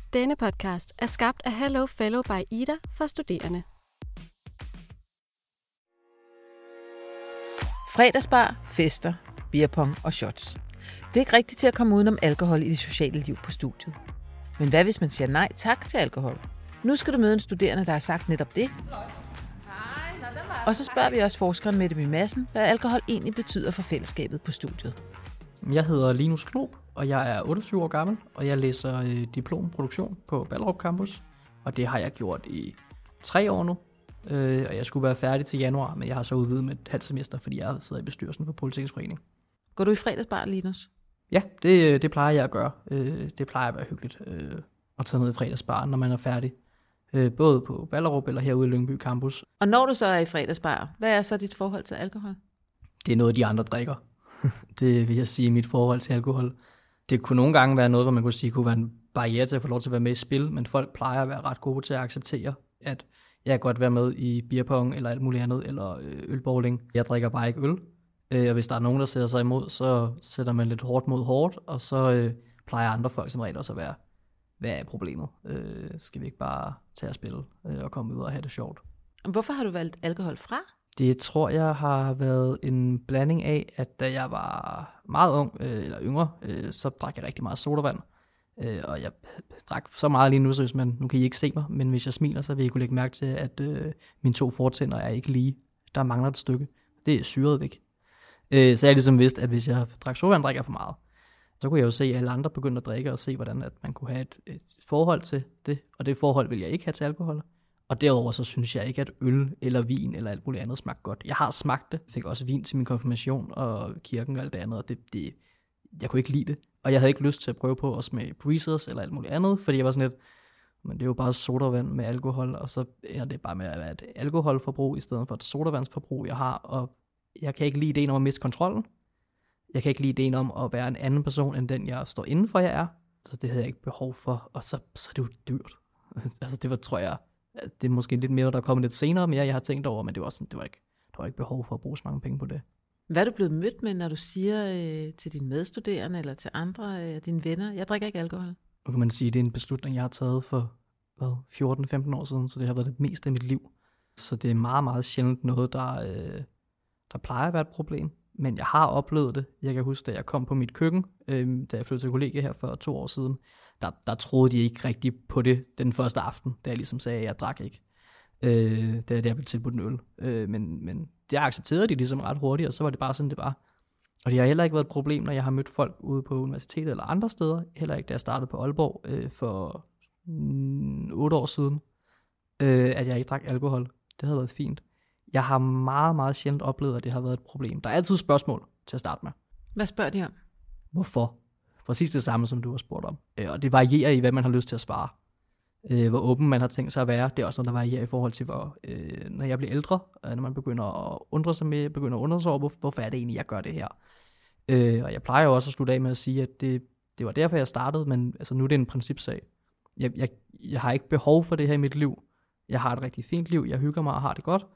Denne podcast er skabt af Hello Fellow by Ida for studerende. Fredagsbar, fester, beerpong og shots. Det er ikke rigtigt til at komme udenom alkohol i det sociale liv på studiet. Men hvad hvis man siger nej tak til alkohol? Nu skal du møde en studerende, der har sagt netop det. Og så spørger vi også forskeren Mette My Madsen, hvad alkohol egentlig betyder for fællesskabet på studiet. Jeg hedder Linus Knob, og jeg er 28 år gammel, og jeg læser diplomproduktion på Ballerup Campus. Og det har jeg gjort i 3 år nu, og jeg skulle være færdig til januar, men jeg har så udvidet med et halvt semester, fordi jeg sidder i bestyrelsen for Politikens Forening. Går du i fredagsbar, Linus? Ja, det plejer jeg at gøre. Det plejer at være hyggeligt at tage ned i fredagsbar, når man er færdig. Både på Ballerup eller herude i Lyngby Campus. Og når du så er i fredagsbar, hvad er så dit forhold til alkohol? Det er noget, de andre drikker. Det vil jeg sige, mit forhold til alkohol. Det kunne nogle gange være noget, hvor man kunne sige, kunne være en barriere til at få lov til at være med i spil, men folk plejer at være ret gode til at acceptere, at jeg kan godt være med i beerpong eller alt muligt andet, eller ølbowling. Jeg drikker bare ikke øl, og hvis der er nogen, der sætter sig imod, så sætter man lidt hårdt mod hårdt, og så plejer andre folk som regel også at være, hvad er problemet? Skal vi ikke bare tage at spille og komme ud og have det sjovt? Hvorfor har du valgt alkohol fra? Det tror jeg har været en blanding af, at da jeg var meget ung, eller yngre, så drak jeg rigtig meget sodavand. Og jeg drak så meget lige nu, så hvis nu kan I ikke se mig, men hvis jeg smiler, så vil I kunne lægge mærke til, at mine 2 fortænder er ikke lige. Der mangler et stykke. Det er syret væk. Så jeg ligesom vidste, at hvis jeg drak sodavand, drikker jeg for meget. Så kunne jeg jo se, at alle andre begyndte at drikke, og se, hvordan at man kunne have et forhold til det. Og det forhold vil jeg ikke have til alkohol. Og derudover så synes jeg ikke, at øl eller vin eller alt muligt andet smagte godt. Jeg har smagt det. Jeg fik også vin til min konfirmation og kirken og alt det andet, og jeg kunne ikke lide det. Og jeg havde ikke lyst til at prøve på at smage breezers eller alt muligt andet, fordi jeg var sådan lidt, men det er jo bare sodavand med alkohol, og så ender det bare med at være et alkoholforbrug i stedet for et sodavandsforbrug, jeg har. Og jeg kan ikke lide ideen om at miste kontrollen. Jeg kan ikke lide ideen om at være en anden person, end den jeg står indenfor, jeg er. Så det havde jeg ikke behov for, og så er det jo dyrt. Altså det var, tror jeg, det er måske lidt mere, der er kommet lidt senere mere, jeg har tænkt over, men det var ikke behov for at bruge så mange penge på det. Hvad er du blevet mødt med, når du siger til dine medstuderende eller til andre af dine venner, jeg drikker ikke alkohol? Nu kan man sige, at det er en beslutning, jeg har taget for 14-15 år siden, så det har været det meste af mit liv. Så det er meget, meget sjældent noget, der plejer at være et problem. Men jeg har oplevet det. Jeg kan huske, da jeg kom på mit køkken, da jeg flyttede til kollegie her for 2 år siden, der troede de ikke rigtigt på det den første aften, da jeg ligesom sagde, at jeg drak ikke. Da jeg blev tilbudt en øl. Men det accepterede de ligesom ret hurtigt, og så var det bare sådan, det var. Og det har heller ikke været et problem, når jeg har mødt folk ude på universitetet eller andre steder. Heller ikke, da jeg startede på Aalborg for 8 år siden, at jeg ikke drak alkohol. Det havde været fint. Jeg har meget, meget sjældent oplevet, at det har været et problem. Der er altid spørgsmål til at starte med. Hvad spørger de om? Hvorfor? Præcis det samme, som du har spurgt om. Og det varierer i, hvad man har lyst til at svare. Hvor åben man har tænkt sig at være. Det er også noget, der varierer i forhold til, når jeg bliver ældre, når man begynder at undre sig med, begynder at undre sig over, hvorfor er det egentlig, jeg gør det her. Og jeg plejer jo også at slutte af med at sige, at det var derfor, jeg startede, men altså, nu er det en principsag. Jeg har ikke behov for det her i mit liv. Jeg har et rigtig fint liv, jeg hygger mig og har det godt.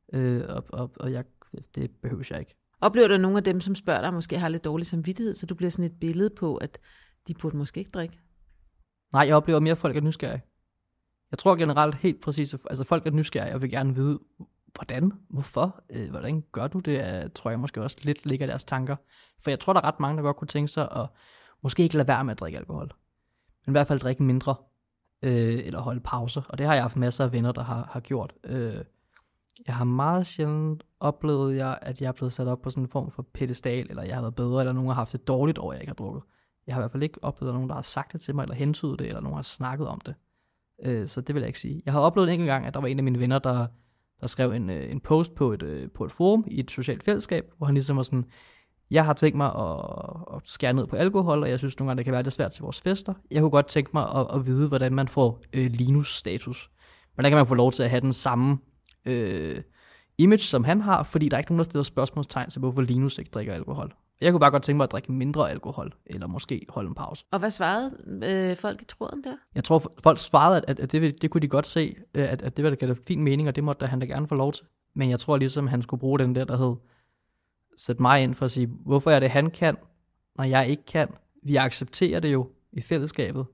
Det behøver jeg ikke. Oplever du, at nogle af dem, som spørger dig, måske har lidt dårlig samvittighed, så du bliver sådan et billede på, at de burde måske ikke drikke? Nej, jeg oplever mere, at folk er nysgerrige. Jeg tror generelt helt præcis, altså folk er nysgerrige og vil gerne vide, hvordan, hvorfor, hvordan gør du det, tror jeg måske også lidt ligger deres tanker. For jeg tror, der er ret mange, der godt kunne tænke sig at måske ikke lade være med at drikke alkohol. Men i hvert fald drikke mindre, eller holde pauser. Og det har jeg haft masser af venner, der har gjort. Jeg har meget sjældent oplevet, at jeg er blevet sat op på sådan en form for pedestal, eller jeg har været bedre, eller nogen har haft det dårligt over, at jeg ikke har drukket. Jeg har i hvert fald ikke oplevet, at nogen, der har sagt det til mig, eller hentydet det, eller nogen har snakket om det. Så det vil jeg ikke sige. Jeg har oplevet en enkelt gang, at der var en af mine venner, der skrev en post på et forum i et socialt fællesskab, hvor han ligesom var sådan, jeg har tænkt mig at skære ned på alkohol, og jeg synes nogle gange, det kan være lidt svært til vores fester. Jeg kunne godt tænke mig at vide, hvordan man får Linus-status. Hvordan kan man få lov til at have den samme image, som han har, fordi der er ikke nogen, der stiller spørgsmålstegn til, hvorfor Linus ikke drikker alkohol. Jeg kunne bare godt tænke mig at drikke mindre alkohol, eller måske holde en pause. Og hvad svarede folk i tråden der? Jeg tror, folk svarede, at det kunne de godt se, at det var da fin mening, og det måtte han da gerne få lov til. Men jeg tror ligesom, han skulle bruge den der hed, sætte mig ind for at sige, hvorfor er det, han kan, når jeg ikke kan? Vi accepterer det jo i fællesskabet.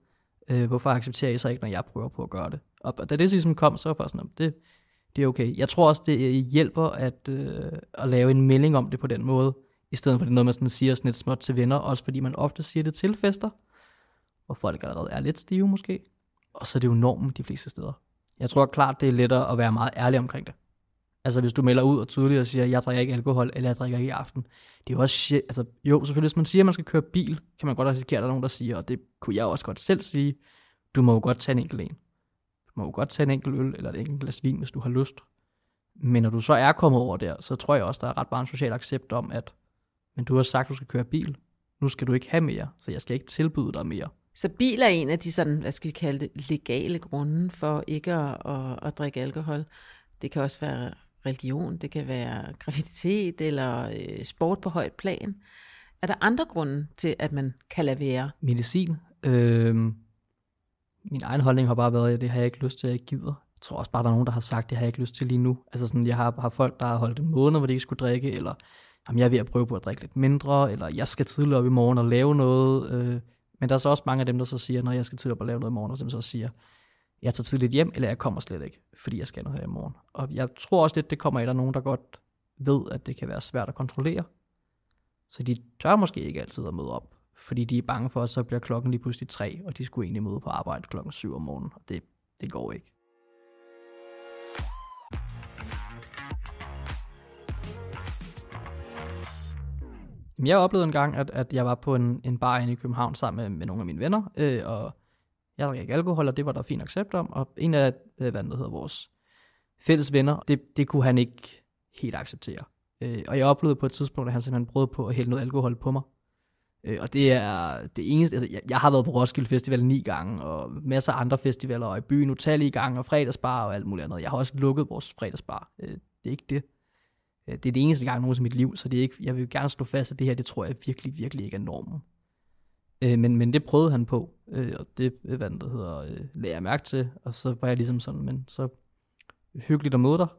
Hvorfor accepterer I så ikke, når jeg prøver på at gøre det? Og da det ligesom kom, så var jeg sådan, det er okay. Jeg tror også, det hjælper at lave en melding om det på den måde, i stedet for det noget, man sådan siger sådan lidt småt til venner, også fordi man ofte siger det til fester, hvor folk allerede er lidt stive måske. Og så er det jo normen de fleste steder. Jeg tror klart, det er lettere at være meget ærlig omkring det. Altså hvis du melder ud og tydeligt og siger, jeg drikker ikke alkohol, eller jeg drikker ikke i aften. Det er jo også shit. Altså jo, selvfølgelig, hvis man siger, at man skal køre bil, kan man godt risikere, at der er nogen, der siger, og det kunne jeg også godt selv sige, du må jo godt tage en enkelt en. Du må jo godt tage en enkelt øl, eller et enkelt glas vin, hvis du har lyst. Men når du så er kommet over der, så tror jeg også, der er ret meget en social accept om, at men du har sagt, du skal køre bil. Nu skal du ikke have mere, så jeg skal ikke tilbyde dig mere. Så bil er en af de sådan, hvad skal vi kalde det, legale grunde for ikke at drikke alkohol. Det kan også være religion, det kan være graviditet eller sport på højt plan. Er der andre grunde til, at man kan lade være? Medicin. Min egen holdning har bare været, at det har jeg ikke lyst til, at jeg gider. Jeg tror også bare, der er nogen, der har sagt, at det har jeg ikke lyst til lige nu. Altså sådan, jeg har folk, der har holdt en måned, hvor de ikke skulle drikke, eller jamen, jeg er ved at prøve på at drikke lidt mindre, eller jeg skal tidligere op i morgen og lave noget. Men der er så også mange af dem, der så siger, når jeg skal tidligere op og lave noget i morgen, og som så siger, jeg tager tidligt hjem, eller jeg kommer slet ikke, fordi jeg skal noget her i morgen. Og jeg tror også lidt, det kommer af, at der er nogen, der godt ved, at det kan være svært at kontrollere. Så de tør måske ikke altid at møde op, fordi de er bange for, at så bliver klokken lige pludselig 3, og de skulle egentlig møde på arbejde klokken 7 om morgenen, og det går ikke. Jeg oplevede en gang, at jeg var på en bar inde i København sammen med nogle af mine venner, og jeg drak ikke alkohol, og det var der fin accept om, og en af, vores fælles venner, det kunne han ikke helt acceptere. Og jeg oplevede på et tidspunkt, at han simpelthen prøvede på at hælde noget alkohol på mig. Og det er det eneste, altså jeg har været på Roskilde Festival 9 gange, og masser af andre festivaler, og i byen utallige gange, og fredagsbar og alt muligt andet. Jeg har også lukket vores fredagsbar. Det er ikke det. Det er det eneste gang nogen i mit liv, så det er ikke, jeg vil gerne slå fast, at det her, det tror jeg virkelig, virkelig ikke er normen. Men det prøvede han på, og det lagde jeg mærke til, og så var jeg ligesom sådan, men så hyggeligt at møde dig.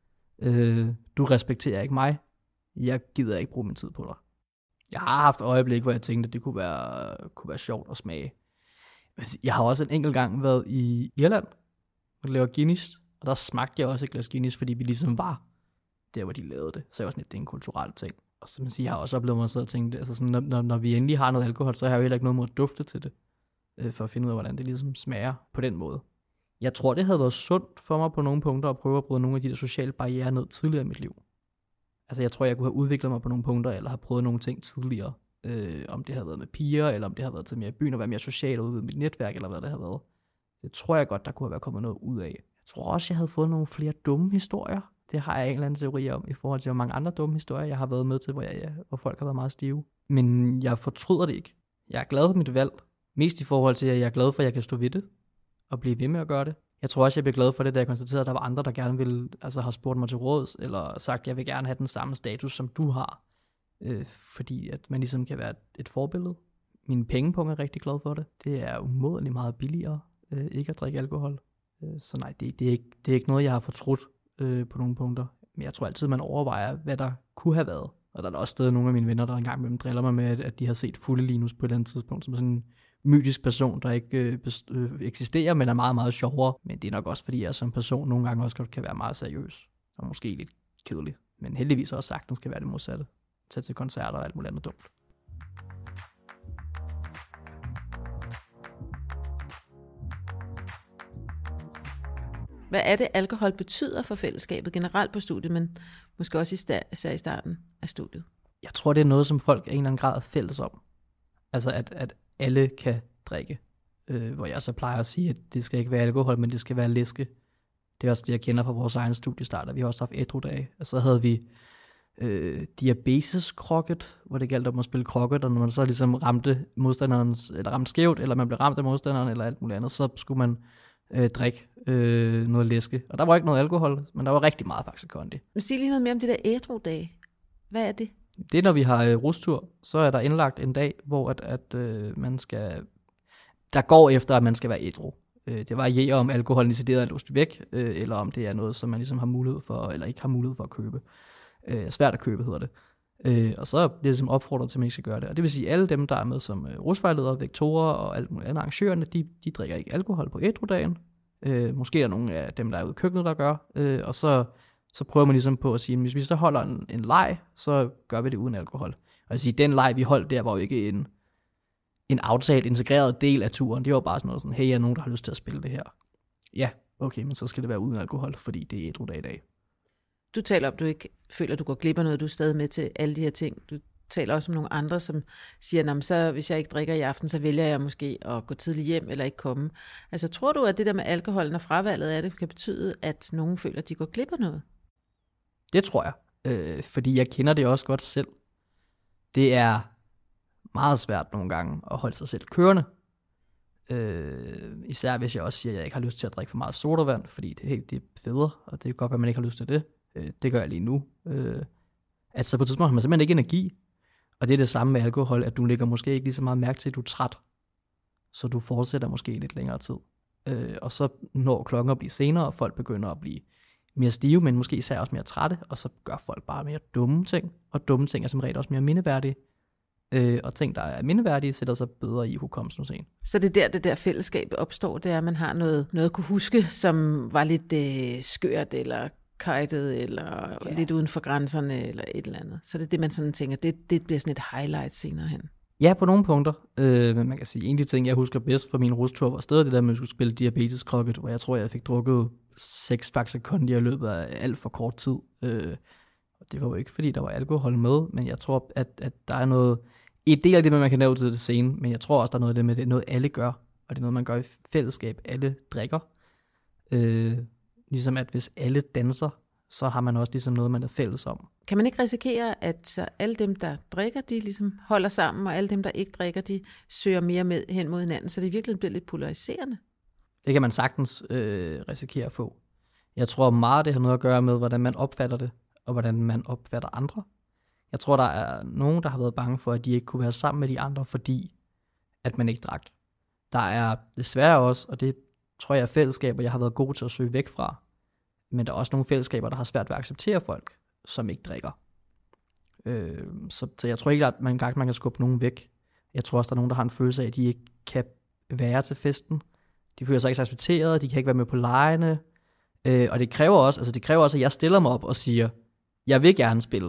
Du respekterer ikke mig. Jeg gider ikke bruge min tid på dig. Jeg har haft øjeblik, hvor jeg tænkte, at det kunne være sjovt at smage. Jeg har også en enkelt gang været i Irland, hvor de laver Guinness, og der smagte jeg også et glas Guinness, fordi vi ligesom var der, hvor de lavede det. Så jeg var sådan lidt, det er en kulturel ting. Og så man siger, jeg har også oplevet mig at sidde og tænke, altså sådan, når vi endelig har noget alkohol, så har jeg jo heller ikke noget mod at dufte til det, for at finde ud af, hvordan det ligesom smager på den måde. Jeg tror, det havde været sundt for mig på nogle punkter at prøve at bryde nogle af de der sociale barrierer ned tidligere i mit liv. Altså jeg tror, jeg kunne have udviklet mig på nogle punkter, eller have prøvet nogle ting tidligere. Om det havde været med piger, eller om det havde været til mere i byen, og være mere social og udvide mit netværk, eller hvad det havde været. Det tror jeg godt, der kunne have været kommet noget ud af. Jeg tror også, jeg havde fået nogle flere dumme historier. Det har jeg en eller anden teori om, i forhold til, hvor mange andre dumme historier, jeg har været med til, hvor folk har været meget stive. Men jeg fortryder det ikke. Jeg er glad for mit valg. Mest i forhold til, at jeg er glad for, at jeg kan stå ved det, og blive ved med at gøre det. Jeg tror også, jeg blev glad for det, da jeg konstaterede, at der var andre, der gerne ville, altså har spurgt mig til råds, eller sagt, at jeg vil gerne have den samme status, som du har. Fordi at man ligesom kan være et forbillede. Min pengepunkt er rigtig glad for det. Det er umådeligt meget billigere, ikke at drikke alkohol. Så nej, det er ikke noget, jeg har fortrudt på nogle punkter. Men jeg tror altid, man overvejer, hvad der kunne have været. Og der er også stadig nogle af mine venner, der engang med dem driller mig med, at de har set Fulde Linus på et eller andet tidspunkt, som sådan en mytisk person, der ikke eksisterer, men er meget, meget sjovere. Men det er nok også, fordi jeg som person nogle gange også godt kan være meget seriøs. Og måske lidt kedelig. Men heldigvis også sagtens skal være det modsatte. Tage til koncerter og alt muligt andet dumt. Hvad er det, alkohol betyder for fællesskabet generelt på studiet, men måske også især i starten af studiet? Jeg tror, det er noget, som folk er en eller anden grad er fælles om. Altså, at alle kan drikke. Hvor jeg så plejer at sige, at det skal ikke være alkohol, men det skal være læske. Det er også det, jeg kender fra vores egen studiestart, vi har også haft ædru-dage. Og så havde vi diabetes-krokket, hvor det galt om at spille krokket, og når man så ligesom ramte modstanderens, eller ramte skævt, eller man blev ramt af modstanderen, eller alt muligt andet, så skulle man drikke noget læske. Og der var ikke noget alkohol, men der var rigtig meget Faxe Kondi. Men sig lige noget mere om det der ædru-dage. Hvad er det? Det er, når vi har rustur, så er der indlagt en dag, hvor at man skal, der går efter, at man skal være ædru. Det varierer om alkoholen decideret er låst væk, eller om det er noget, som man ligesom har mulighed for, eller ikke har mulighed for at købe. Svært at købe, hedder det. Og så bliver det ligesom opfordret til, at man ikke skal gøre det. Og det vil sige, at alle dem, der er med som rusvejledere, vektorer og alle mulige andre arrangørerne, de drikker ikke alkohol på ædrudagen. Måske er der nogle af dem, der er ude i køkkenet, der gør. Og så prøver man ligesom på at sige, at hvis vi så holder en leg, så gør vi det uden alkohol. Og jeg siger, den leg, vi holdt der, var jo ikke en aftalt, integreret del af turen. Det var bare sådan noget sådan, hey, er nogen, der har lyst til at spille det her? Ja, okay, men så skal det være uden alkohol, fordi det er ædrudag i dag. Du taler om, at du ikke føler, at du går glip af noget, du er stadig med til alle de her ting. Du taler også om nogle andre, som siger, så hvis jeg ikke drikker i aften, så vælger jeg måske at gå tidligt hjem eller ikke komme. Altså tror du, at det der med alkoholen og fravalget af det kan betyde, at nogen føler, at de går glip af noget? Det tror jeg, fordi jeg kender det også godt selv. Det er meget svært nogle gange at holde sig selv kørende. Især hvis jeg også siger, at jeg ikke har lyst til at drikke for meget sodavand, fordi det er federe, og det er godt, at man ikke har lyst til det. Det gør jeg lige nu. Altså på et tidspunkt har man simpelthen ikke energi, og det er det samme med alkohol, at du lægger måske ikke lige så meget mærke til, at du er træt, så du fortsætter måske lidt længere tid. Og så når klokken at blive senere, og folk begynder at blive mere stive, men måske især også mere trætte, og så gør folk bare mere dumme ting, og dumme ting er som regel også mere mindeværdige. Og ting, der er mindeværdige, sætter sig bedre i hukommelsen hos en. Så det er det der fællesskab opstår, det er, at man har noget at kunne huske, som var lidt skørt, eller kajtet, eller lidt uden for grænserne, eller et eller andet. Så det er det, man sådan tænker, det bliver sådan et highlight senere hen. Ja, på nogle punkter. Men man kan sige, en af de ting, jeg husker bedst fra min rustur, var stadig det der med, at vi skulle spille diabetes-krokket, hvor jeg tror, jeg fik drukket 6 Faxe Kondi i løbet af alt for kort tid. Og det var jo ikke, fordi der var alkohol med, men jeg tror, at der er noget. En del af det, man kan lave til det scene, men jeg tror også, der er noget af det med, det er noget, alle gør, og det er noget, man gør i fællesskab. Alle drikker. Ligesom at hvis alle danser, så har man også ligesom noget, man er fælles om. Kan man ikke risikere, at så alle dem, der drikker, de ligesom holder sammen, og alle dem, der ikke drikker, de søger mere hen mod hinanden, så det virkelig bliver lidt polariserende? Det kan man sagtens risikere at få. Jeg tror meget, det har noget at gøre med, hvordan man opfatter det, og hvordan man opfatter andre. Jeg tror, der er nogen, der har været bange for, at de ikke kunne være sammen med de andre, fordi at man ikke drak. Der er desværre også, og det tror jeg er fællesskaber, jeg har været god til at søge væk fra. Men der er også nogle fællesskaber, der har svært ved at acceptere folk, som ikke drikker. Så jeg tror ikke, at man kan skubbe nogen væk. Jeg tror også, der er nogen, der har en følelse af, at de ikke kan være til festen. De føler sig ikke accepteret, de kan ikke være med på legene. Og det kræver også, at jeg stiller mig op og siger, jeg vil gerne spille.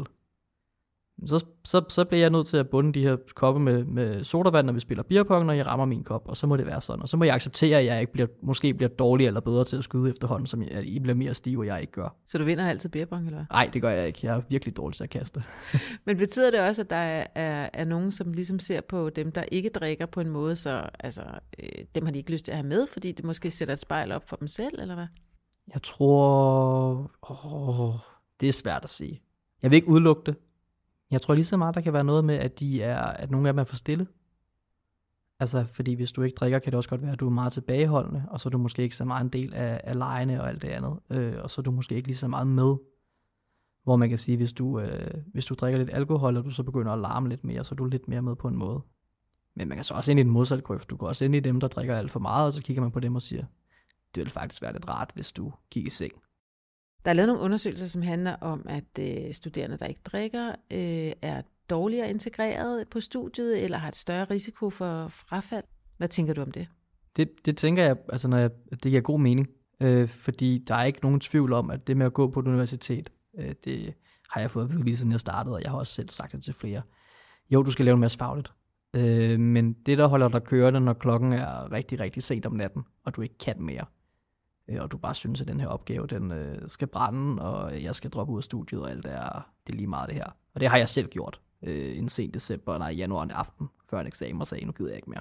Så bliver jeg nødt til at bunde de her kopper med sodavand, når vi spiller beerpong, når jeg rammer min kop, og så må det være sådan. Og så må jeg acceptere, at jeg ikke måske bliver dårligere eller bedre til at skyde efterhånden, som I bliver mere stive, og jeg ikke gør. Så du vinder altid beerpong, eller hvad? Nej, det gør jeg ikke. Jeg er virkelig dårlig til at kaste. Men betyder det også, at der er nogen, som ligesom ser på dem, der ikke drikker på en måde, så dem har de ikke lyst til at have med, fordi det måske sætter et spejl op for dem selv, eller hvad? Jeg tror... det er svært at sige. Jeg vil ikke udelukke det. Jeg tror lige så meget, der kan være noget med, at nogle af dem er for stille. Altså, fordi hvis du ikke drikker, kan det også godt være, at du er meget tilbageholdende, og så er du måske ikke så meget en del af legene og alt det andet. Og så er du måske ikke lige så meget med. Hvor man kan sige, hvis du drikker lidt alkohol, og du så begynder at larme lidt mere, så er du lidt mere med på en måde. Men man kan så også ind i den modsatte grøft. Du går også ind i dem, der drikker alt for meget, og så kigger man på dem og siger, det vil faktisk være lidt rart, hvis du kigger i seng. Der er lavet nogle undersøgelser, som handler om, at studerende, der ikke drikker, er dårligere integreret på studiet, eller har et større risiko for frafald. Hvad tænker du om det? Det tænker jeg, altså det giver god mening, fordi der er ikke nogen tvivl om, at det med at gå på et universitet, det har jeg fået at vide lige siden jeg startede, og jeg har også selv sagt det til flere. Jo, du skal lave en masse fagligt, men det, der holder dig kørende, når klokken er rigtig, rigtig sent om natten, og du ikke kan mere, og du bare synes, at den her opgave, den skal brænde, og jeg skal droppe ud af studiet, og alt det er lige meget det her. Og det har jeg selv gjort en sen januar en aften, før en eksamen, og sagde, nu gider jeg ikke mere.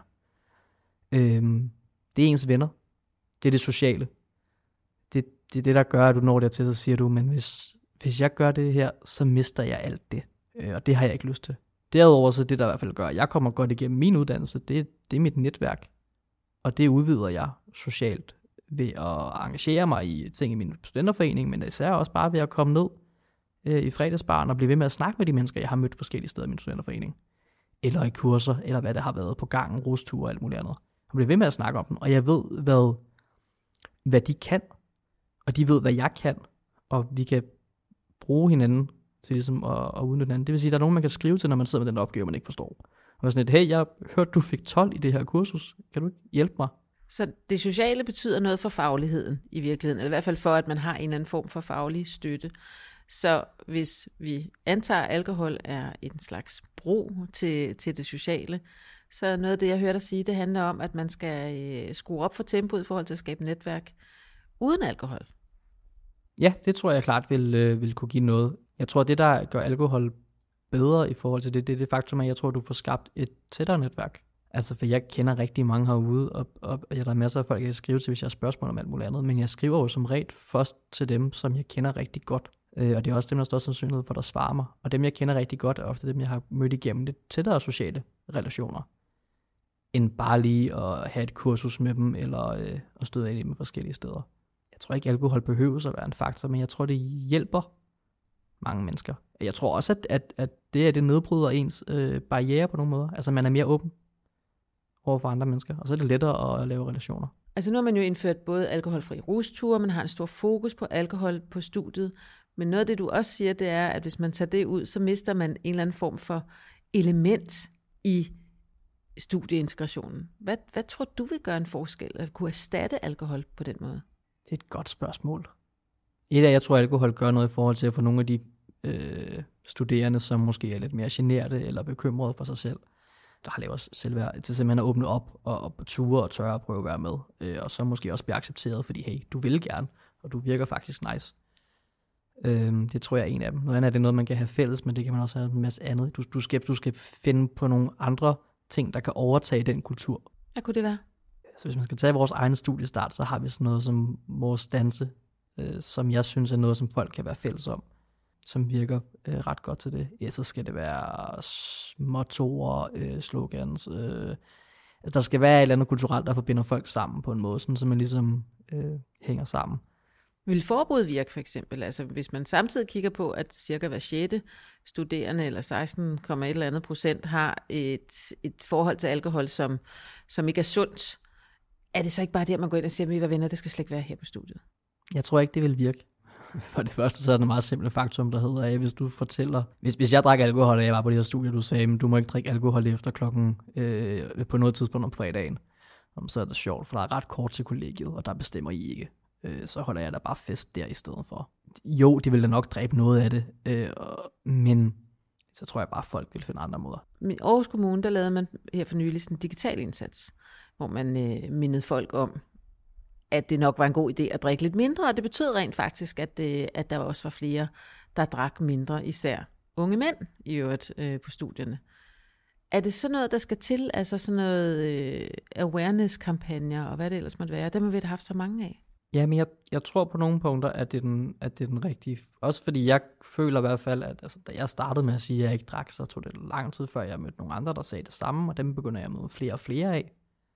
Det er ens venner. Det er det sociale. Det er det, der gør, at du når dertil, så siger du, men hvis jeg gør det her, så mister jeg alt det. Og det har jeg ikke lyst til. Derudover så det, der i hvert fald gør, at jeg kommer godt igennem min uddannelse, det er mit netværk. Og det udvider jeg socialt ved at engagere mig i ting i min studenterforening, men især også bare ved at komme ned i fredagsbaren og blive ved med at snakke med de mennesker, jeg har mødt forskellige steder i min studenterforening. Eller i kurser, eller hvad der har været på gangen, rusture og alt muligt andet. Og blive ved med at snakke om dem, og jeg ved, hvad de kan, og de ved, hvad jeg kan, og vi kan bruge hinanden til ligesom at udnytte anden. Det vil sige, at der er nogen, man kan skrive til, når man sidder med den opgave, man ikke forstår. Og sådan et, hey, jeg hørte, du fik 12 i det her kursus. Kan du ikke hjælpe mig? Så det sociale betyder noget for fagligheden i virkeligheden, eller i hvert fald for, at man har en eller anden form for faglig støtte. Så hvis vi antager, at alkohol er en slags bro til det sociale, så noget af det, jeg hørte dig sige, det handler om, at man skal skrue op for tempoet i forhold til at skabe netværk uden alkohol. Ja, det tror jeg klart vil kunne give noget. Jeg tror, det der gør alkohol bedre i forhold til det er det faktum, at jeg tror, du får skabt et tættere netværk. Altså, for jeg kender rigtig mange herude, og der er masser af folk, jeg kan skrive til, hvis jeg har spørgsmål om alt muligt andet, men jeg skriver jo som regel først til dem, som jeg kender rigtig godt. Og det er også dem, der står sandsynlighed for, der svarer mig. Og dem, jeg kender rigtig godt, er ofte dem, jeg har mødt igennem lidt tættere sociale relationer, end bare lige at have et kursus med dem, eller at støde ind i dem forskellige steder. Jeg tror ikke, alkohol behøver at være en faktor, men jeg tror, det hjælper mange mennesker. Jeg tror også, at det nedbryder ens barriere på nogle måder. Altså, man er mere åben over for andre mennesker, og så er det lettere at lave relationer. Altså, nu har man jo indført både alkoholfri rusture, man har en stor fokus på alkohol på studiet, men noget af det, du også siger, det er, at hvis man tager det ud, så mister man en eller anden form for element i studieintegrationen. Hvad tror du vil gøre en forskel, at kunne erstatte alkohol på den måde? Det er et godt spørgsmål. Jeg tror, at alkohol gør noget i forhold til at få nogle af de studerende, som måske er lidt mere generte eller bekymrede for sig selv, der har lavet selvværd, til simpelthen at åbne op og ture og tørre at prøve at være med. Og så måske også blive accepteret, fordi hey, du vil gerne, og du virker faktisk nice. Det tror jeg er en af dem. Noget andet er det noget, man kan have fælles, men det kan man også have en masse andet. Du skal finde på nogle andre ting, der kan overtage den kultur. Hvad kunne det være? Så hvis man skal tage vores egen studiestart, så har vi sådan noget som vores danse, som jeg synes er noget, som folk kan være fælles om, som virker ret godt til det. Ja, så skal det være mottoer, slogans. Der skal være et eller andet kulturelt, der forbinder folk sammen på en måde, sådan, så man ligesom hænger sammen. Vil forbud virke for eksempel? Altså hvis man samtidig kigger på, at cirka hver 6. studerende, eller 16,1% har et forhold til alkohol, som ikke er sundt, er det så ikke bare der, man går ind og siger, at venner, det skal slet ikke være her på studiet? Jeg tror ikke, det vil virke. For det første, så er det en meget simpel faktum, der hedder, at hvis du fortæller, hvis jeg drak alkohol, og jeg var på det her studie, du sagde, men du må ikke drikke alkohol efter klokken på noget tidspunkt om fredagen, så er det sjovt, for der er ret kort til kollegiet, og der bestemmer I ikke. Så holder jeg da bare fest der i stedet for. Jo, det vil da nok dræbe noget af det, men så tror jeg bare, at folk vil finde andre måder. I Aarhus Kommune, der lavede man her for nylig en digital indsats, hvor man mindede folk om, at det nok var en god idé at drikke lidt mindre, og det betød rent faktisk, at der også var flere, der drak mindre, især unge mænd i øvrigt på studierne. Er det sådan noget, der skal til, altså sådan noget awareness-kampagner, og hvad det ellers måtte være? Dem har vi da haft så mange af. Ja, men jeg tror på nogle punkter, at det er den rigtige. Også fordi jeg føler i hvert fald, at altså, da jeg startede med at sige, at jeg ikke drak, så tog det lang tid, før jeg mødte nogle andre, der sagde det samme, og dem begynder jeg at møde flere og flere af.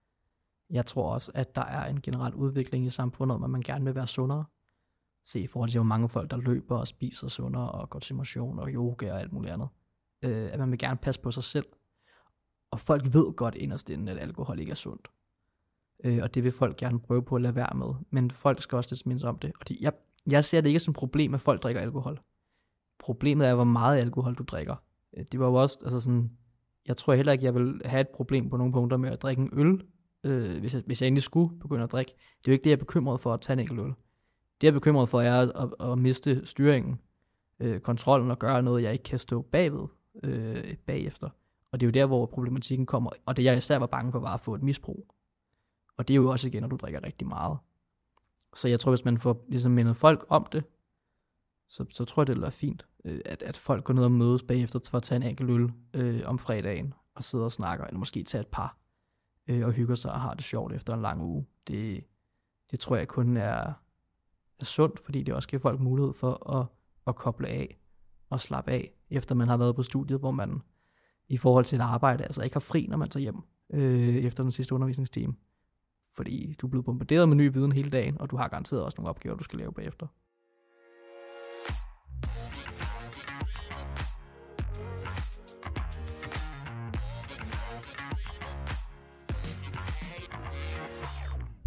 Jeg tror også, at der er en generel udvikling i samfundet om, at man gerne vil være sundere. Se i forhold til, hvor mange folk, der løber og spiser sundere og går til motion og yoga og alt muligt andet. At man vil gerne passe på sig selv. Og folk ved godt inderst inde, at alkohol ikke er sundt. Og det vil folk gerne prøve på at lade være med. Men folk skal også lidt mindes om det. Og jeg ser det ikke som et problem, at folk drikker alkohol. Problemet er, hvor meget alkohol du drikker. Det var jo også, altså sådan, jeg tror heller ikke, jeg vil have et problem på nogle punkter med at drikke en øl, hvis jeg egentlig skulle begynde at drikke. Det er jo ikke det, jeg er bekymret for at tage en enkelt øl. Det, jeg er bekymret for, er at miste styringen, kontrollen og gøre noget, jeg ikke kan stå bagved bagefter. Og det er jo der, hvor problematikken kommer. Og det, jeg især var bange for, var at få et misbrug. Og det er jo også igen, når du drikker rigtig meget. Så jeg tror, hvis man får ligesom mindet folk om det, så tror jeg, det vil være fint, at folk går ned og mødes bagefter for at tage en enkelt øl om fredagen, og sidder og snakker, eller måske tage et par, og hygger sig og har det sjovt efter en lang uge. Det tror jeg kun er sundt, fordi det også giver folk mulighed for at koble af og slappe af, efter man har været på studiet, hvor man i forhold til et arbejde, altså ikke har fri, når man tager hjem efter den sidste undervisningstime. Fordi du er blevet bombarderet med ny viden hele dagen, og du har garanteret også nogle opgaver, du skal lave bagefter.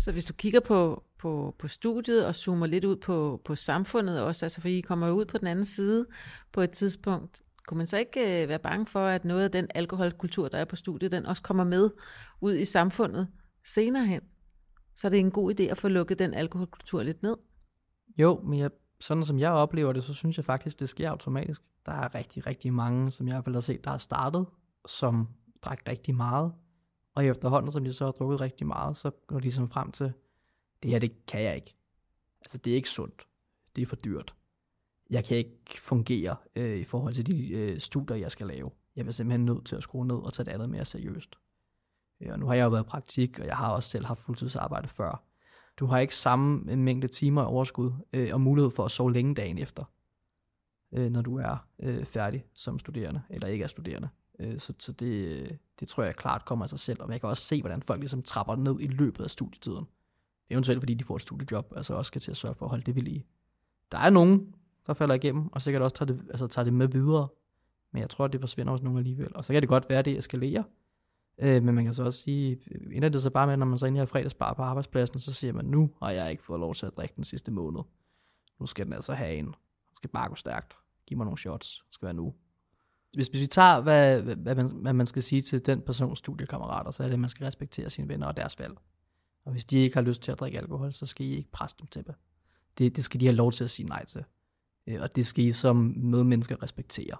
Så hvis du kigger på studiet og zoomer lidt ud på samfundet også, altså for I kommer jo ud på den anden side på et tidspunkt, kunne man så ikke være bange for, at noget af den alkoholkultur, der er på studiet, den også kommer med ud i samfundet senere hen? Så er det en god idé at få lukket den alkoholkultur lidt ned? Jo, men sådan som jeg oplever det, så synes jeg faktisk, det sker automatisk. Der er rigtig, rigtig mange, som jeg i hvert fald har set, der har startet, som drak rigtig meget. Og efterhånden, som de så har drukket rigtig meget, så går de sådan frem til, det her, det kan jeg ikke. Altså, det er ikke sundt. Det er for dyrt. Jeg kan ikke fungere i forhold til de studier, jeg skal lave. Jeg vil simpelthen nødt til at skrue ned og tage det andet mere seriøst. Og nu har jeg jo været i praktik, og jeg har også selv haft fuldtidsarbejde før. Du har ikke samme mængde timer af overskud og mulighed for at sove længe dagen efter, når du er færdig som studerende, eller ikke er studerende. Så det tror jeg klart kommer af sig selv, og jeg kan også se, hvordan folk ligesom trapper ned i løbet af studietiden. Eventuelt fordi de får et studiejob, altså også skal til at sørge for at holde det ved lige. Der er nogen, der falder igennem, og sikkert også tager det med videre, men jeg tror, at det forsvinder hos nogen alligevel. Og så kan det godt være, at det eskalerer, men man kan så også sige, ender det så bare med, når man så inde her fredagsbar på arbejdspladsen, så siger man, nu har jeg ikke fået lov til at drikke den sidste måned. Nu skal den altså have en. Den skal bare gå stærkt. Giv mig nogle shots. Det skal være nu. Hvis vi tager, hvad man skal sige til den persons studiekammerater, så er det, at man skal respektere sine venner og deres valg. Og hvis de ikke har lyst til at drikke alkohol, så skal I ikke presse dem til det. Det skal de have lov til at sige nej til. Og det skal I som medmennesker respektere.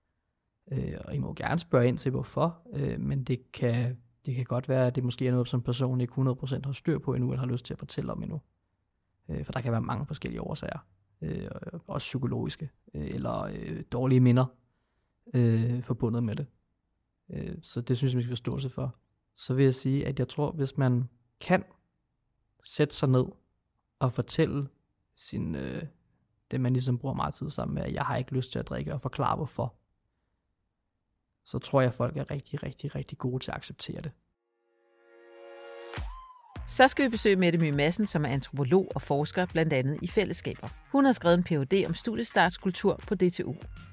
Og I må gerne spørge ind til, hvorfor. Men det kan godt være, at det måske er noget, som personen ikke 100% har styr på endnu, eller har lyst til at fortælle om endnu. For der kan være mange forskellige årsager. Også psykologiske, eller dårlige minder forbundet med det. Så det synes jeg, vi skal forstå sig for. Så vil jeg sige, at jeg tror, hvis man kan sætte sig ned og fortælle det man ligesom bruger meget tid sammen med, at jeg har ikke lyst til at drikke, og forklare hvorfor, så tror jeg, at folk er rigtig, rigtig, rigtig gode til at acceptere det. Så skal vi besøge Mette My Madsen, som er antropolog og forsker blandt andet i fællesskaber. Hun har skrevet en Ph.D. om studiestartskultur på DTU.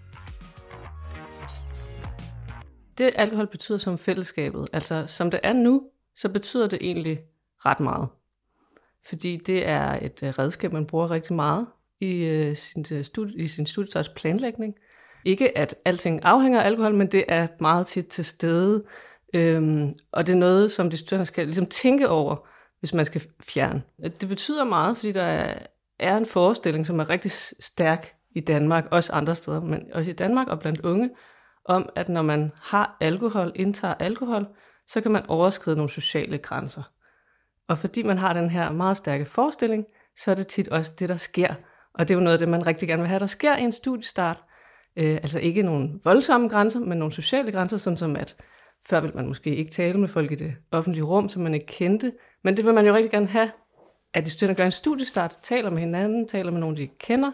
Det alkohol betyder som fællesskabet, altså som det er nu, så betyder det egentlig ret meget. Fordi det er et redskab, man bruger rigtig meget i sin studiestartsplanlægning. Ikke at alting afhænger af alkohol, men det er meget tit til stede. Og det er noget, som de studerende skal ligesom tænke over, hvis man skal fjerne. Det betyder meget, fordi der er en forestilling, som er rigtig stærk i Danmark, også andre steder, men også i Danmark og blandt unge, om at når man har alkohol, indtager alkohol, så kan man overskride nogle sociale grænser. Og fordi man har den her meget stærke forestilling, så er det tit også det, der sker. Og det er jo noget af det, man rigtig gerne vil have, der sker i en studiestart. Altså ikke nogle voldsomme grænser, men nogle sociale grænser, sådan som at før vil man måske ikke tale med folk i det offentlige rum, som man ikke kendte. Men det vil man jo rigtig gerne have, at de studerende gør en studiestart, taler med hinanden, taler med nogen, de ikke kender.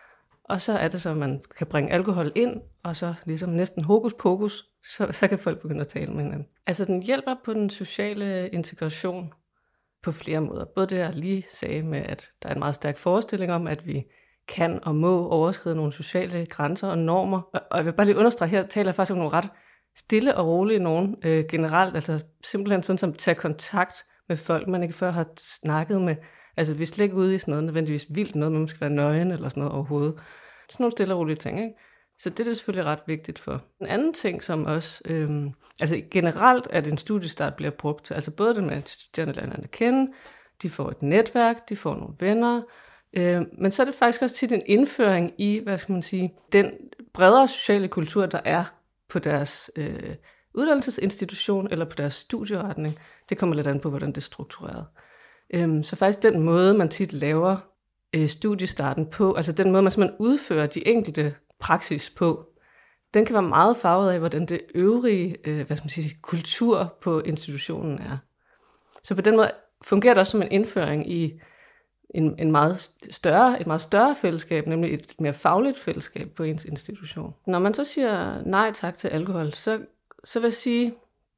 Og så er det så, at man kan bringe alkohol ind, og så ligesom næsten hokus pokus, så kan folk begynde at tale med hinanden. Altså den hjælper på den sociale integration på flere måder. Både det, jeg lige sagde med, at der er en meget stærk forestilling om, at vi kan og må overskride nogle sociale grænser og normer. Og jeg vil bare lige understrege, her taler jeg faktisk om nogle ret stille og rolige nogen generelt, altså simpelthen sådan som tage kontakt med folk, man ikke før har snakket med. Altså vi er slet ikke ude i sådan noget nødvendigvis vildt noget, man skal være nøgen eller sådan noget overhovedet. Sådan nogle stille og rolige ting, ikke? Så det er selvfølgelig ret vigtigt for. En anden ting, som også, altså generelt, at en studiestart bliver brugt til, altså både det med, at studerende lærer at kende, de får et netværk, de får nogle venner, men så er det faktisk også tit en indføring i, hvad skal man sige, den bredere sociale kultur, der er på deres uddannelsesinstitution eller på deres studieretning. Det kommer lidt an på, hvordan det er struktureret. Så faktisk den måde, man tit laver studiestarten på, altså den måde, man simpelthen udfører de enkelte praksis på, den kan være meget farvet af, hvordan det øvrige hvad skal man sige, kultur på institutionen er. Så på den måde fungerer det også som en indføring i et meget større fællesskab, nemlig et mere fagligt fællesskab på ens institution. Når man så siger nej tak til alkohol, så vil jeg sige,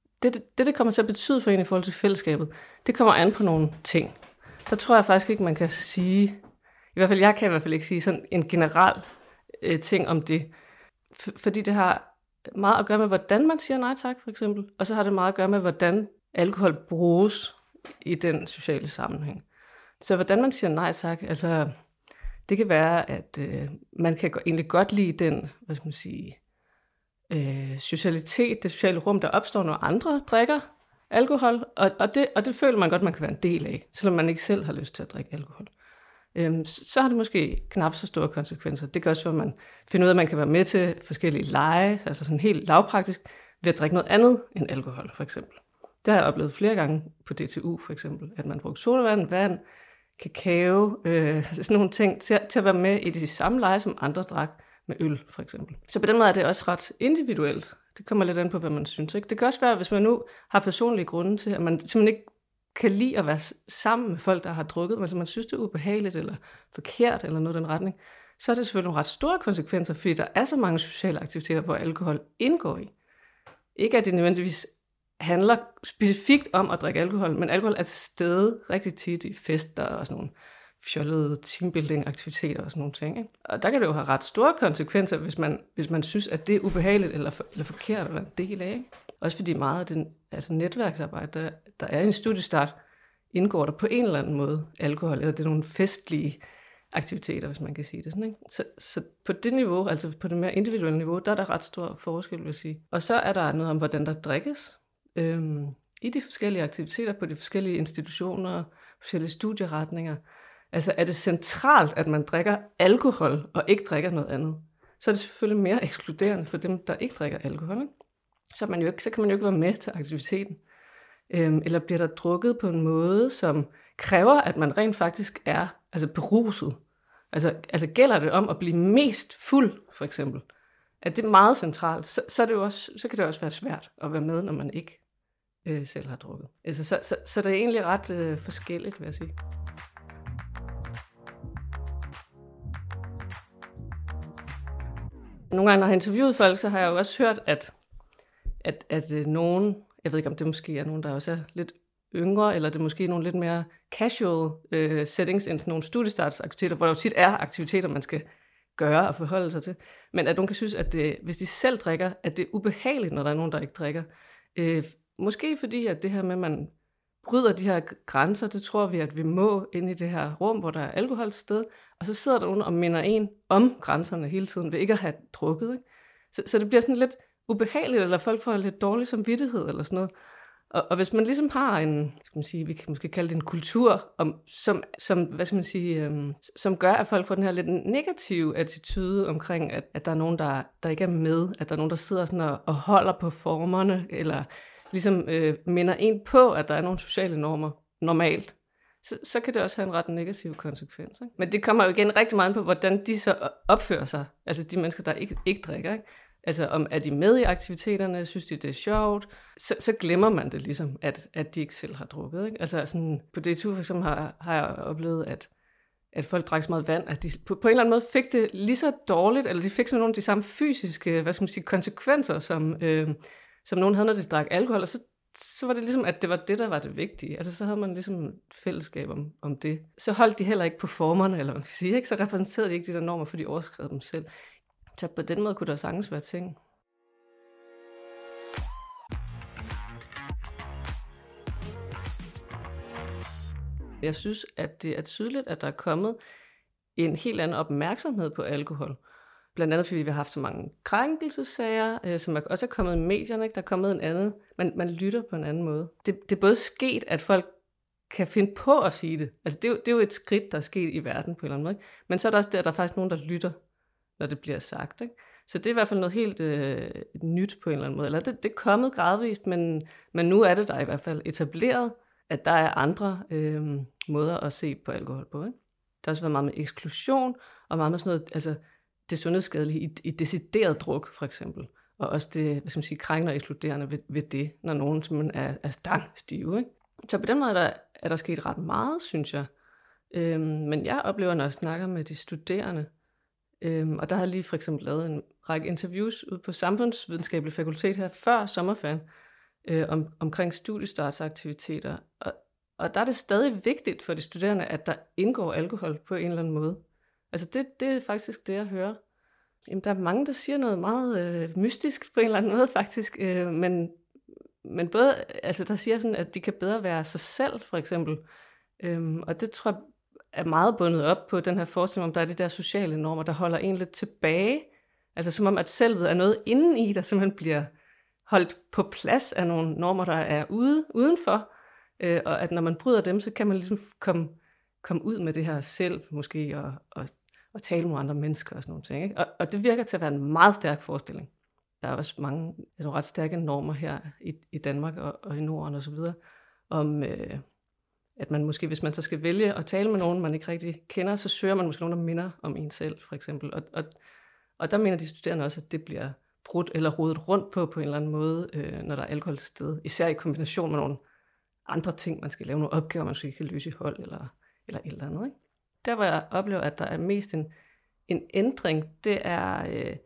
det kommer til at betyde for en i forhold til fællesskabet, det kommer an på nogle ting. Der tror jeg faktisk ikke, man kan sige, jeg kan i hvert fald ikke sige sådan en generel ting om det. Fordi det har meget at gøre med, hvordan man siger nej tak, for eksempel. Og så har det meget at gøre med, hvordan alkohol bruges i den sociale sammenhæng. Så hvordan man siger nej tak, altså det kan være, at man kan egentlig godt lide den, hvad skal man sige, socialitet, det sociale rum, der opstår, når andre drikker alkohol, og det føler man godt, man kan være en del af, selvom man ikke selv har lyst til at drikke alkohol. Så har det måske knap så store konsekvenser. Det kan også være, at man finder ud af, at man kan være med til forskellige lege, altså sådan helt lavpraktisk, ved at drikke noget andet end alkohol, for eksempel. Det har jeg oplevet flere gange på DTU, for eksempel, at man brugte sodavand, vand, kakao, sådan nogle ting, til at være med i de samme lege, som andre drak med øl, for eksempel. Så på den måde er det også ret individuelt. Det kommer lidt an på, hvad man synes. Ikke? Det kan også være, hvis man nu har personlige grunde til, at man simpelthen ikke kan lide at være sammen med folk, der har drukket, men man synes, det er ubehageligt eller forkert eller noget i den retning, så er det selvfølgelig nogle ret store konsekvenser, fordi der er så mange sociale aktiviteter, hvor alkohol indgår i. Ikke at det nødvendigvis handler specifikt om at drikke alkohol, men alkohol er til stede rigtig tit i fester og sådan nogle fjollede teambuilding-aktiviteter og sådan nogle ting. Ikke? Og der kan det jo have ret store konsekvenser, hvis man synes, at det er ubehageligt eller forkert eller en del af. Ikke? Også fordi meget af det netværksarbejde, der er i en studiestart, indgår der på en eller anden måde alkohol, eller det er nogle festlige aktiviteter, hvis man kan sige det sådan. Ikke? Så på det niveau, altså på det mere individuelle niveau, der er der ret stor forskel, vil jeg sige. Og så er der noget om, hvordan der drikkes i de forskellige aktiviteter, på de forskellige institutioner, forskellige studieretninger. Altså er det centralt, at man drikker alkohol og ikke drikker noget andet, så er det selvfølgelig mere ekskluderende for dem, der ikke drikker alkohol. Ikke? Så kan man jo ikke være med til aktiviteten. Eller bliver der drukket på en måde, som kræver, at man rent faktisk er beruset. Altså gælder det om at blive mest fuld, for eksempel. At det er meget centralt. Så kan det også være svært at være med, når man ikke selv har drukket. Altså, så det er egentlig ret forskelligt, vil jeg sige. Nogle gange, når jeg har interviewet folk, så har jeg jo også hørt, at nogen, jeg ved ikke, om det måske er nogen, der også er lidt yngre, eller det er måske nogle lidt mere casual settings end nogle studiestartsaktiviteter, hvor der jo tit er aktiviteter, man skal gøre og forholde sig til. Men at nogen kan synes, at hvis de selv drikker, at det er ubehageligt, når der er nogen, der ikke drikker. Måske fordi, at det her med, at man bryder de her grænser, det tror vi, at vi må inde i det her rum, hvor der er alkohol til stede, og så sidder der nogen og minder en om grænserne hele tiden, ved ikke at have drukket. Ikke? Så det bliver sådan lidt ubehageligt, eller folk får lidt dårlig samvittighed, eller sådan noget. Og hvis man ligesom har en, skal man sige, vi kan måske kalde det en kultur, som hvad skal man sige, som gør, at folk får den her lidt negative attitude omkring, at der er nogen, der ikke er med, at der er nogen, der sidder sådan og holder på formerne, eller ligesom minder en på, at der er nogle sociale normer normalt, så kan det også have en ret negativ konsekvens. Ikke? Men det kommer jo igen rigtig meget på, hvordan de så opfører sig, altså de mennesker, der ikke drikker, ikke? Altså, er de med i aktiviteterne, synes de, det er sjovt, så glemmer man det ligesom, at de ikke selv har drukket. Ikke? Altså, sådan, på DTU for eksempel har jeg oplevet, at folk drak så meget vand, at de på en eller anden måde fik det lige så dårligt, eller de fik sådan nogle af de samme fysiske, hvad skal man sige, konsekvenser, som nogen havde, når de drak alkohol, og så var det ligesom, at det var det, der var det vigtige. Altså, så havde man ligesom et fællesskab om det. Så holdt de heller ikke på formerne, eller hvad man kan sige, ikke? Så repræsenterede de ikke de der normer, for de overskred dem selv. Så på den måde kunne der sagtens være ting. Jeg synes, at det er tydeligt, at der er kommet en helt anden opmærksomhed på alkohol. Blandt andet fordi vi har haft så mange krænkelsessager, som også er kommet i medierne. Ikke? Der er kommet en anden, man lytter på en anden måde. Det er både sket, at folk kan finde på at sige det. Altså det er jo et skridt, der er sket i verden på en eller anden måde. Ikke? Men så er der også der er faktisk nogen, der lytter, når det bliver sagt. Ikke? Så det er i hvert fald noget helt nyt på en eller anden måde. Eller det er kommet gradvist, men nu er det der i hvert fald etableret, at der er andre måder at se på alkohol på. Ikke? Der har også været meget med eksklusion, og meget med sådan noget, altså det sundhedsskadelige i decideret druk, for eksempel. Og også det, hvad skal man sige, krænkende og ekskluderende ved det, når nogen simpelthen er stangstive. Ikke? Så på den måde er der sket ret meget, synes jeg. Men jeg oplever, når jeg snakker med de studerende, og der har jeg lige for eksempel lavet en række interviews ude på Samfundsvidenskabelig Fakultet her før sommerferien, omkring studiestartsaktiviteter. Og der er det stadig vigtigt for de studerende, at der indgår alkohol på en eller anden måde. Altså det er faktisk det, jeg hører. Jamen, der er mange, der siger noget meget mystisk på en eller anden måde faktisk, Men både, altså der siger sådan, at de kan bedre være sig selv, for eksempel. Og det tror jeg er meget bundet op på den her forestilling, om der er de der sociale normer, der holder en lidt tilbage. Altså som om, at selvet er noget inden i, der simpelthen bliver holdt på plads af nogle normer, der er udenfor. Og at når man bryder dem, så kan man ligesom komme ud med det her selv, måske, og tale med andre mennesker og sådan nogle ting. Ikke? Og det virker til at være en meget stærk forestilling. Der er også mange ret stærke normer her i Danmark og i Norden og så videre, om at man måske, hvis man så skal vælge at tale med nogen, man ikke rigtig kender, så søger man måske nogen, der minder om en selv, for eksempel. Og der mener de studerende også, at det bliver brudt eller rodet rundt på en eller anden måde, når der er alkohol til stede. Især i kombination med nogle andre ting, man skal lave, nogle opgaver, man måske kan løse i hold eller et eller andet. Ikke? Der, hvor jeg oplever, at der er mest en ændring, det er,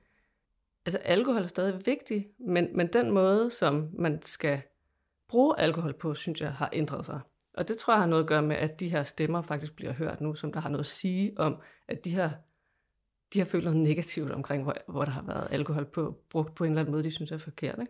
altså alkohol er stadig vigtig, men den måde, som man skal bruge alkohol på, synes jeg, har ændret sig. Og det tror jeg har noget at gøre med, at de her stemmer faktisk bliver hørt nu, som der har noget at sige om, at de har følt noget negativt omkring, hvor der har været alkohol brugt på en eller anden måde, de synes er forkert.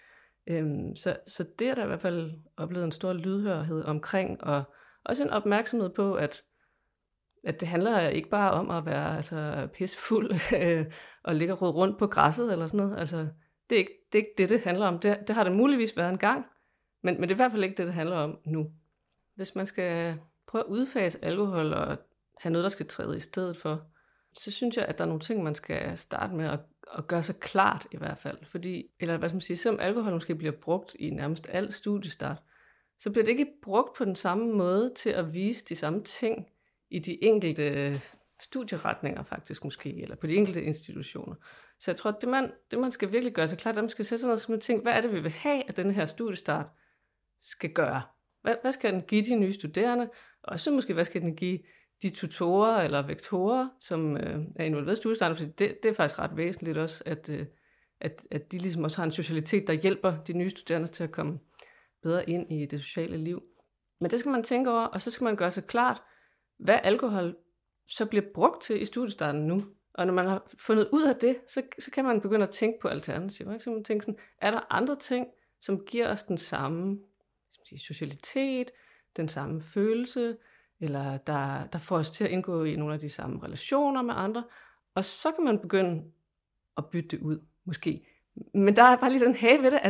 Ikke? Så det er der i hvert fald oplevet en stor lydhørhed omkring, og også en opmærksomhed på, at det handler ikke bare om at være pissefuld og ligge og rode rundt på græsset eller sådan noget. Altså, det er ikke det handler om. Det har det muligvis været en gang, men det er i hvert fald ikke det handler om nu. Hvis man skal prøve at udfase alkohol og have noget, der skal træde i stedet for, så synes jeg, at der er nogle ting, man skal starte med at gøre sig klart i hvert fald. Fordi, eller hvad skal man sige, selvom alkohol måske bliver brugt i nærmest al studiestart, så bliver det ikke brugt på den samme måde til at vise de samme ting i de enkelte studieretninger faktisk måske, eller på de enkelte institutioner. Så jeg tror, at det man skal virkelig gøre sig klart, at man skal sætte sig ned og skal tænke, hvad er det, vi vil have, at den her studiestart skal gøre? Hvad skal den give de nye studerende? Og så måske, hvad skal den give de tutorer eller vektorer, som er involveret i studiestarten? Fordi det er faktisk ret væsentligt også, at de ligesom også har en socialitet, der hjælper de nye studerende til at komme bedre ind i det sociale liv. Men det skal man tænke over, og så skal man gøre sig klart, hvad alkohol så bliver brugt til i studiestarten nu. Og når man har fundet ud af det, så kan man begynde at tænke på alternativer. Ikke? Så man tænker sådan, er der andre ting, som giver os den samme socialitet, den samme følelse, eller der får os til at indgå i nogle af de samme relationer med andre, og så kan man begynde at bytte det ud, måske. Men der er bare lige den hage ved det,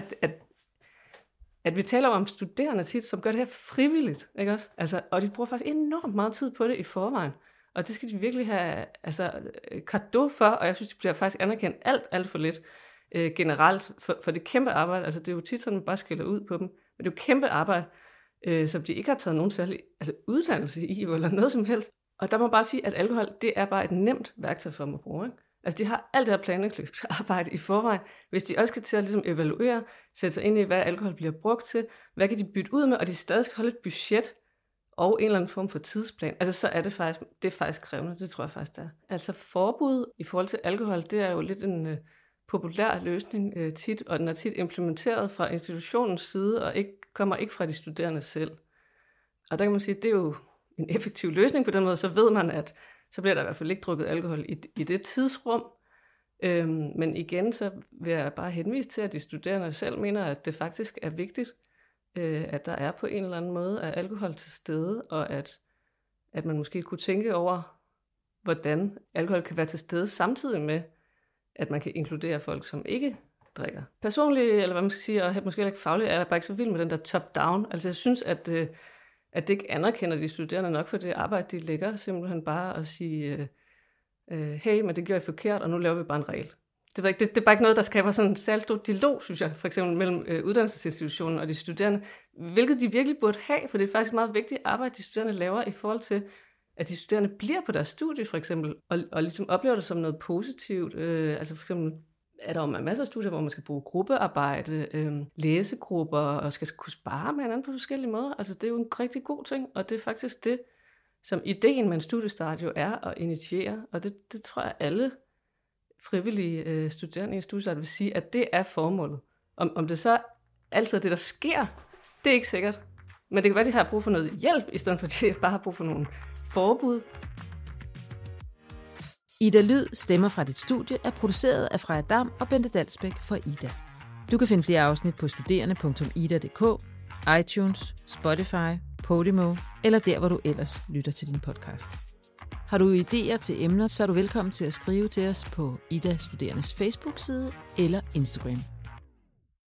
at vi taler om studerende tit, som gør det her frivilligt, ikke også? Altså, og de bruger faktisk enormt meget tid på det i forvejen, og det skal de virkelig have cadeau for, og jeg synes, de bliver faktisk anerkendt alt for lidt generelt for det kæmpe arbejde. Altså, det er jo tit sådan, man bare skiller ud på dem, men det er jo kæmpe arbejde, som de ikke har taget nogen særlig uddannelse i, eller noget som helst. Og der må man bare sige, at alkohol, det er bare et nemt værktøj for dem at bruge, ikke? Altså, de har alt det her planlægningsarbejde i forvejen. Hvis de også skal til at ligesom evaluere, sætte sig ind i, hvad alkohol bliver brugt til, hvad kan de bytte ud med, og de stadig skal holde et budget og en eller anden form for tidsplan, altså så er det faktisk krævende, det tror jeg faktisk, det er. Altså forbud i forhold til alkohol, det er jo lidt en populær løsning tit, og den er tit implementeret fra institutionens side, og kommer ikke fra de studerende selv. Og der kan man sige, at det er jo en effektiv løsning på den måde, så ved man, at så bliver der i hvert fald ikke drukket alkohol i det tidsrum. Men igen, så vil jeg bare henvise til, at de studerende selv mener, at det faktisk er vigtigt, at der er på en eller anden måde af alkohol til stede, og at man måske kunne tænke over, hvordan alkohol kan være til stede, samtidig med, at man kan inkludere folk, som ikke drikker. Personligt, eller hvad man skal sige, og måske ikke fagligt, er jeg bare ikke så vild med den der top-down. Altså jeg synes, at det ikke anerkender de studerende nok for det arbejde, de lægger, simpelthen bare at sige, hey, men det gjorde I forkert, og nu laver vi bare en regel. Det er bare ikke noget, der skaber sådan en særlig stor dialog, synes jeg, for eksempel mellem uddannelsesinstitutionen og de studerende, hvilket de virkelig burde have, for det er faktisk meget vigtigt arbejde, de studerende laver i forhold til, at de studerende bliver på deres studie, for eksempel, og ligesom oplever det som noget positivt. Altså for eksempel er der jo masser af studier, hvor man skal bruge gruppearbejde, læsegrupper, og skal kunne spare med hinanden på forskellige måder. Altså det er jo en rigtig god ting, og det er faktisk det, som ideen med en studiestart jo er at initiere, og det tror jeg alle frivillige studerende i studiestart vil sige, at det er formålet. Om det så altid er det, der sker, det er ikke sikkert. Men det kan være, at de har brug for noget hjælp, i stedet for at de bare har brug for nogle forbud. Ida Lyd, Stemmer fra dit studie, er produceret af Freja Dam og Bente Dalsbæk for Ida. Du kan finde flere afsnit på studerende.ida.dk, iTunes, Spotify, Podimo eller der, hvor du ellers lytter til din podcast. Har du idéer til emner, så er du velkommen til at skrive til os på Ida Studerendes Facebook-side eller Instagram.